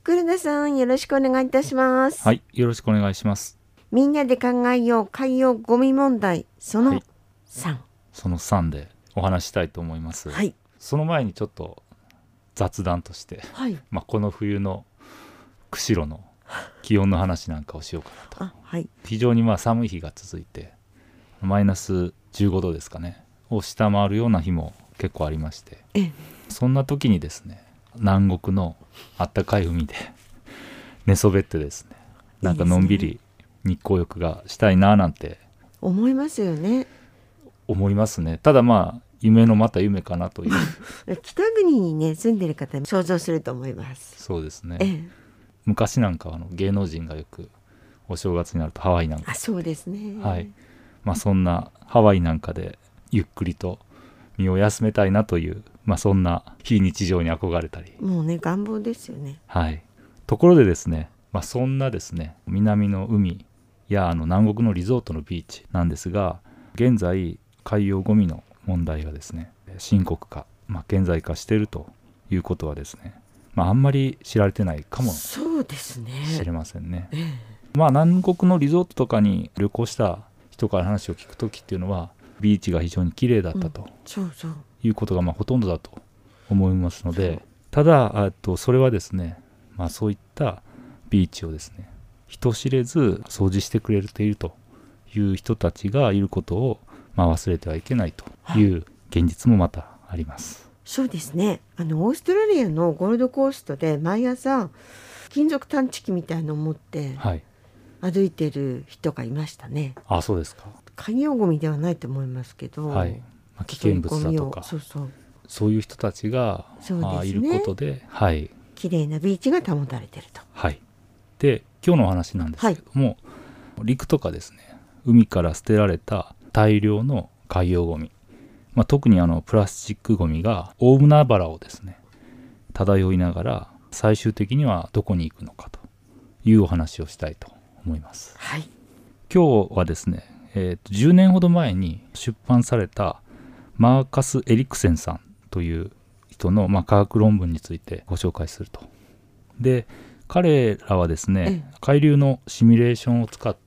黒田さん、よろしくお願いいたします。 はい、よろしくお願いします。 みんなで考えよう海洋ゴミ問題その3、はい、 その3でお話したいと思います。 はい、 その前にちょっと雑談として、 はい、 この冬の釧路の気温の話なんかをしようかなと。 はい、 非常に寒い日が続いてマイナス15度ですかねを下回るような日も結構ありまして、そんな時にですね、南国のあったかい海で寝そべってですね、なんかのんびり日光浴がしたいななんて思いますよね。 思いますね。ただ夢のまた夢かなという北国にね住んでる方想像すると思います。 そうですね、昔なんかは芸能人がよくお正月になるとハワイなんか、 そうですね、 はい、そんなハワイなんかでゆっくりと身を休めたいなという、そんな非日常に憧れたり、 もうね願望ですよね。 はい。ところでですね、そんなですね南の海や南国のリゾートのビーチなんですが、現在海洋ゴミの問題がですね深刻化、顕在化しているということはですね、あんまり知られてないかもしれませんね。南国のリゾートとかに旅行した人から話を聞くときっていうのはビーチが非常に綺麗だったということがほとんどだと思いますので、ただそれはですね、そういったビーチをですね人知れず掃除してくれているという人たちがいることを忘れてはいけないという現実もまたあります。 そうですね。オーストラリアのゴールドコーストで毎朝金属探知機みたいのを持って歩いてる人がいましたね。 そうですか。 海洋ゴミではないと思いますけど、 危険物だとかそういう人たちが、いることで、 綺麗なビーチが保たれていると。 で今日のお話なんですけども、陸とかですね海から捨てられた大量の海洋ゴミ、特にプラスチックゴミが大海原をですね漂いながら最終的にはどこに行くのかというお話をしたいと思います。今日はですね、10年ほど前に出版されたマーカス・エリクセンさんという人の、科学論文についてご紹介すると。で彼らはですね、海流のシミュレーションを使って、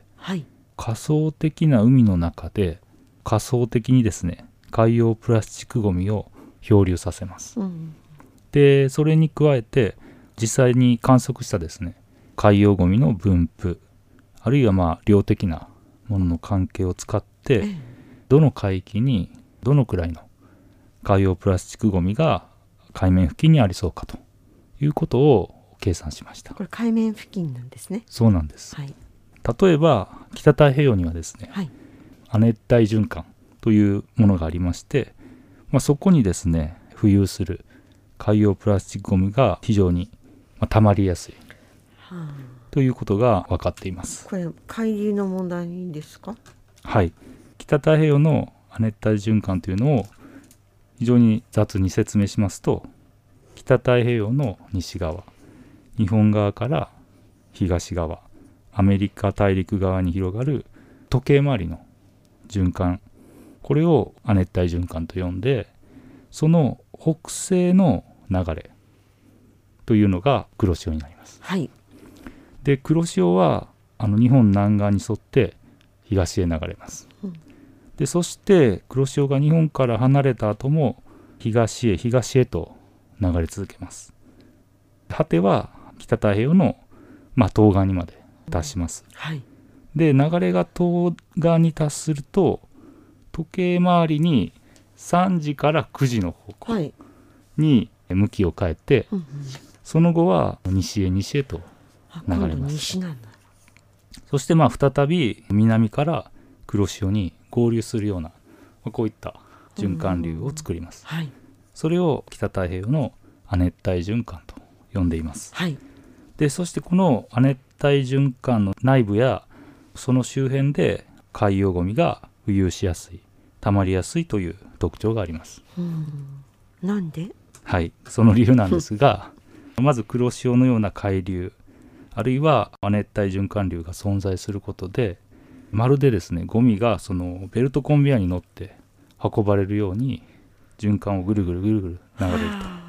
仮想的な海の中で仮想的にですね海洋プラスチックゴミを漂流させます。でそれに加えて実際に観測したですね海洋ゴミの分布、あるいは量的なものの関係を使って、どの海域にどのくらいの海洋プラスチックゴミが海面付近にありそうかということを計算しました。 これ海面付近なんですね。 そうなんです。例えば北太平洋にはですね、亜熱帯循環というものがありまして、そこにですね浮遊する海洋プラスチックゴミが非常に溜まりやすい、ということが分かっています。 これ海流の問題ですか？ 北太平洋の亜熱帯循環というのを非常に雑に説明しますと、北太平洋の西側、日本側から東側、アメリカ大陸側に広がる時計回りの循環、これを亜熱帯循環と呼んで、その北西の流れというのが黒潮になります。で黒潮は日本南岸に沿って東へ流れます。でそして黒潮が日本から離れた後も東へと流れ続けます。果ては北太平洋の、東岸にまで達します。で流れが東岸に達すると時計回りに3時から9時の方向に向きを変えて、その後は西へと流れます。そして再び南から黒潮に合流するような、こういった循環流を作ります。それを北太平洋の亜熱帯循環と呼んでいます。でそしてこの亜熱帯循環の内部やその周辺で海洋ゴミが浮遊しやすい、溜まりやすいという特徴があります。 なんで？ その理由なんですがまず黒潮のような海流、あるいは亜熱帯循環流が存在することで、まるでですねゴミがそのベルトコンベヤーに乗って運ばれるように循環をぐるぐる流れる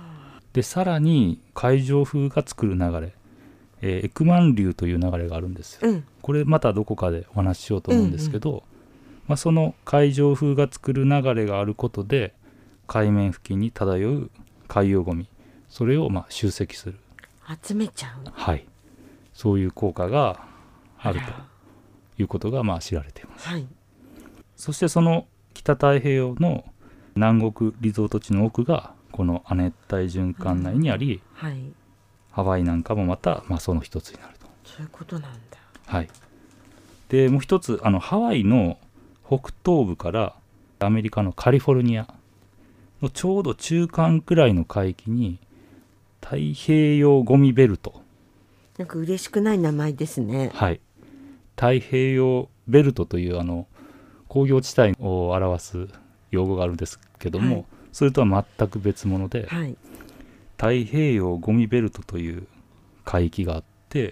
でさらに海上風が作る流れ、エクマン流という流れがあるんですよ、これまたどこかでお話ししようと思うんですけど、その海上風が作る流れがあることで海面付近に漂う海洋ゴミ、それを集積する、 集めちゃう、 はい、そういう効果があるということが知られています、そしてその北太平洋の南国リゾート地の奥がこの亜熱帯循環内にあり、ハワイなんかもまたその一つになると。 そういうことなんだ。 はい。でもう一つハワイの北東部からアメリカのカリフォルニアのちょうど中間くらいの海域に太平洋ゴミベルト、 なんか嬉しくない名前ですね。 はい。太平洋ベルトという工業地帯を表す用語があるんですけども、それとは全く別物で、太平洋ゴミベルトという海域があって、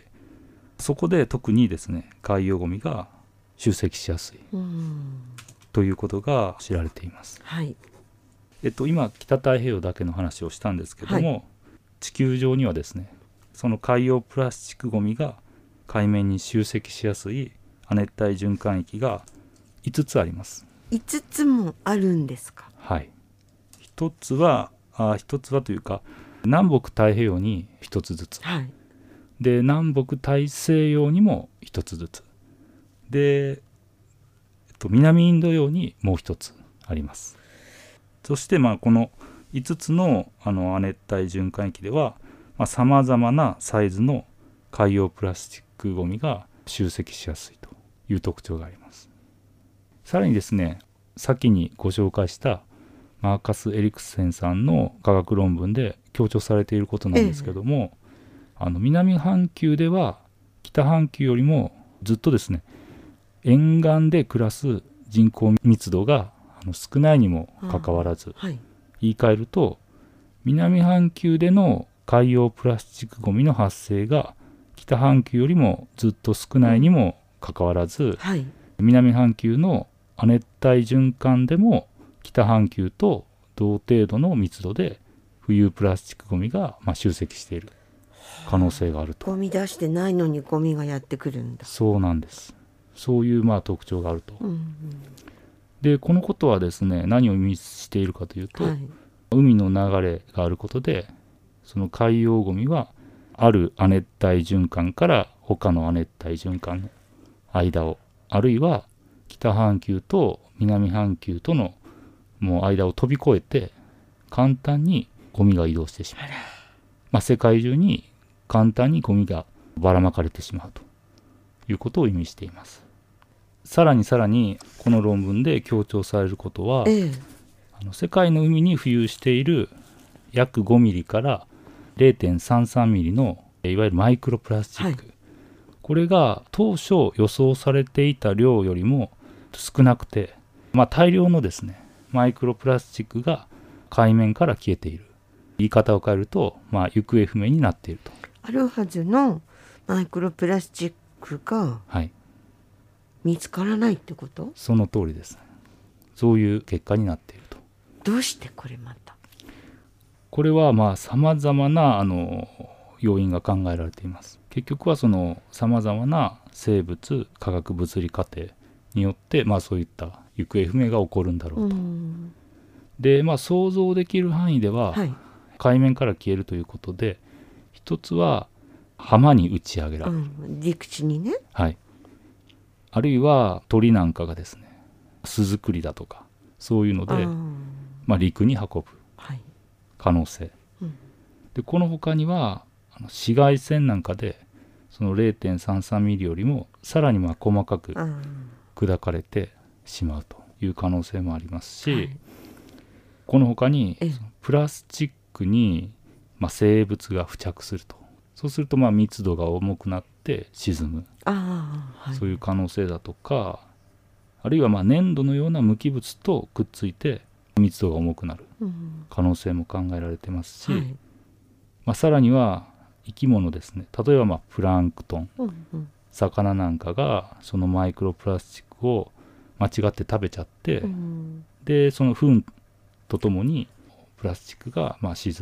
そこで特にですね海洋ゴミが集積しやすいということが知られています、今北太平洋だけの話をしたんですけども、地球上にはですねその海洋プラスチックゴミが海面に集積しやすい亜熱帯循環域が5つあります。 5つもあるんですか？ はい。一つはというか南北太平洋に1つずつ、で南北大西洋にも1つずつで、南インド洋にもう1つあります。そしてこの5つの亜熱帯循環域ではさまざまなサイズの海洋プラスチックゴミが集積しやすいという特徴があります。さらにですね、先にご紹介したマーカス・エリクセンさんの科学論文で強調されていることなんですけども、南半球では北半球よりもずっとですね沿岸で暮らす人口密度が少ないにもかかわらず、言い換えると南半球での海洋プラスチックゴミの発生が北半球よりもずっと少ないにもかかわらず、南半球の亜熱帯循環でも北半球と同程度の密度で浮遊プラスチックゴミが集積している可能性があると。 ゴミ出してないのにゴミがやってくるんだ。 そうなんです。そういう特徴があると、でこのことはですね何を意味しているかというと、海の流れがあることでその海洋ゴミはある亜熱帯循環から他の亜熱帯循環の間を、あるいは北半球と南半球とのもう間を飛び越えて簡単にゴミが移動してしまう、世界中に簡単にゴミがばらまかれてしまうということを意味しています。さらにこの論文で強調されることは、世界の海に浮遊している約5ミリから 0.33 ミリのいわゆるマイクロプラスチック、これが当初予想されていた量よりも少なくて、大量のですねマイクロプラスチックが海面から消えている、言い方を変えると、行方不明になっていると。 あるはずのマイクロプラスチックが見つからないってこと？ その通りです。そういう結果になっていると。 どうしてこれまた？ これはさまざまな要因が考えられています。結局はそのさまざまな生物化学物理過程によってそういった行方不明が起こるんだろうと。で想像できる範囲では、海面から消えるということで、一つは浜に打ち上げられる、 陸地にね、 あるいは鳥なんかがですね巣作りだとかそういうので、陸に運ぶ可能性、でこの他には紫外線なんかでその 0.33 ミリよりもさらに細かく砕かれてしまうという可能性もありますし、この他にプラスチックに生物が付着すると、そうすると密度が重くなって沈む、そういう可能性だとか、あるいは粘土のような無機物とくっついて密度が重くなる可能性も考えられてますし、さらには生き物ですね、例えばプランクトン、魚なんかがそのマイクロプラスチックを間違って食べちゃって、でその糞とともにプラスチックが沈む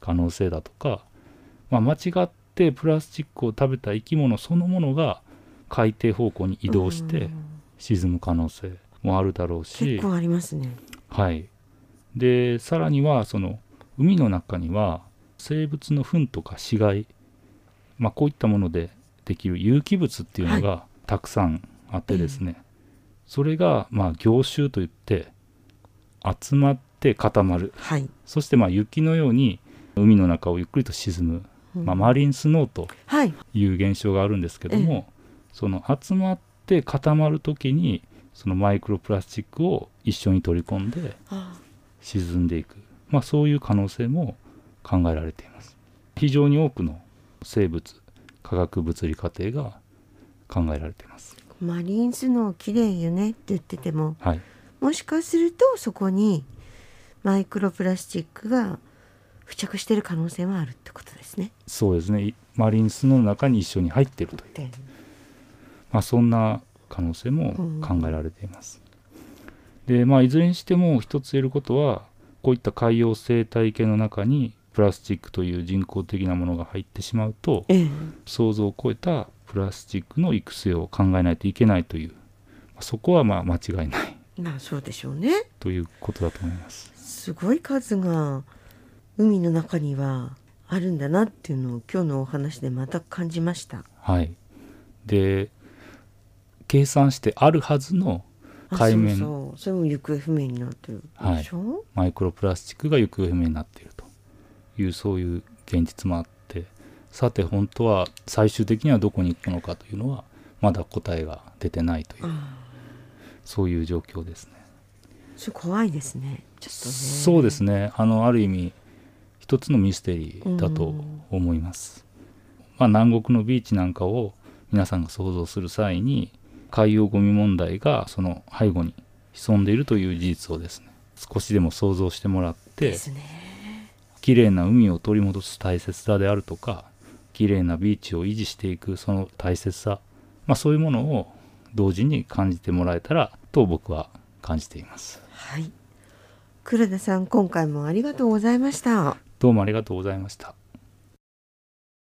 可能性だとか、間違ってプラスチックを食べた生き物そのものが海底方向に移動して沈む可能性もあるだろうし、 結構ありますね。 はい。でさらにはその海の中には生物の糞とか死骸、こういったものでできる有機物っていうのがたくさんあってですね、それが凝集といって集まって固まる、そして雪のように海の中をゆっくりと沈む、マリンスノーという現象があるんですけども、その集まって固まる時にそのマイクロプラスチックを一緒に取り込んで沈んでいく、そういう可能性も考えられています。非常に多くの生物化学物理過程が考えられています。 マリンスノーきれいよねって言ってても、もしかするとそこにマイクロプラスチックが付着している可能性もあるってことですね。 そうですね。マリンスノーの中に一緒に入っているという、そんな可能性も考えられています。でいずれにしても一つ言えることは、こういった海洋生態系の中にプラスチックという人工的なものが入ってしまうと、想像を超えたプラスチックの育成を考えないといけないという、そこは間違いない、 そうでしょうねということだと思います。 すごい数が海の中にはあるんだなっていうのを今日のお話でまた感じました。 で計算してあるはずの海面、 それも行方不明になってるでしょ、 マイクロプラスチックが行方不明になっているという、そういう現実もあって、さて本当は最終的にはどこに行くのかというのはまだ答えが出てないという、そういう状況ですね。 怖いですね。ちょっとね。 そうですね。ある意味一つのミステリーだと思います。南国のビーチなんかを皆さんが想像する際に、海洋ゴミ問題がその背後に潜んでいるという事実をですね、少しでも想像してもらって、きれいな海を取り戻す大切さであるとか、きれいなビーチを維持していくその大切さ、そういうものを同時に感じてもらえたらと僕は感じています。 黒田さん、今回もありがとうございました。 どうもありがとうございました。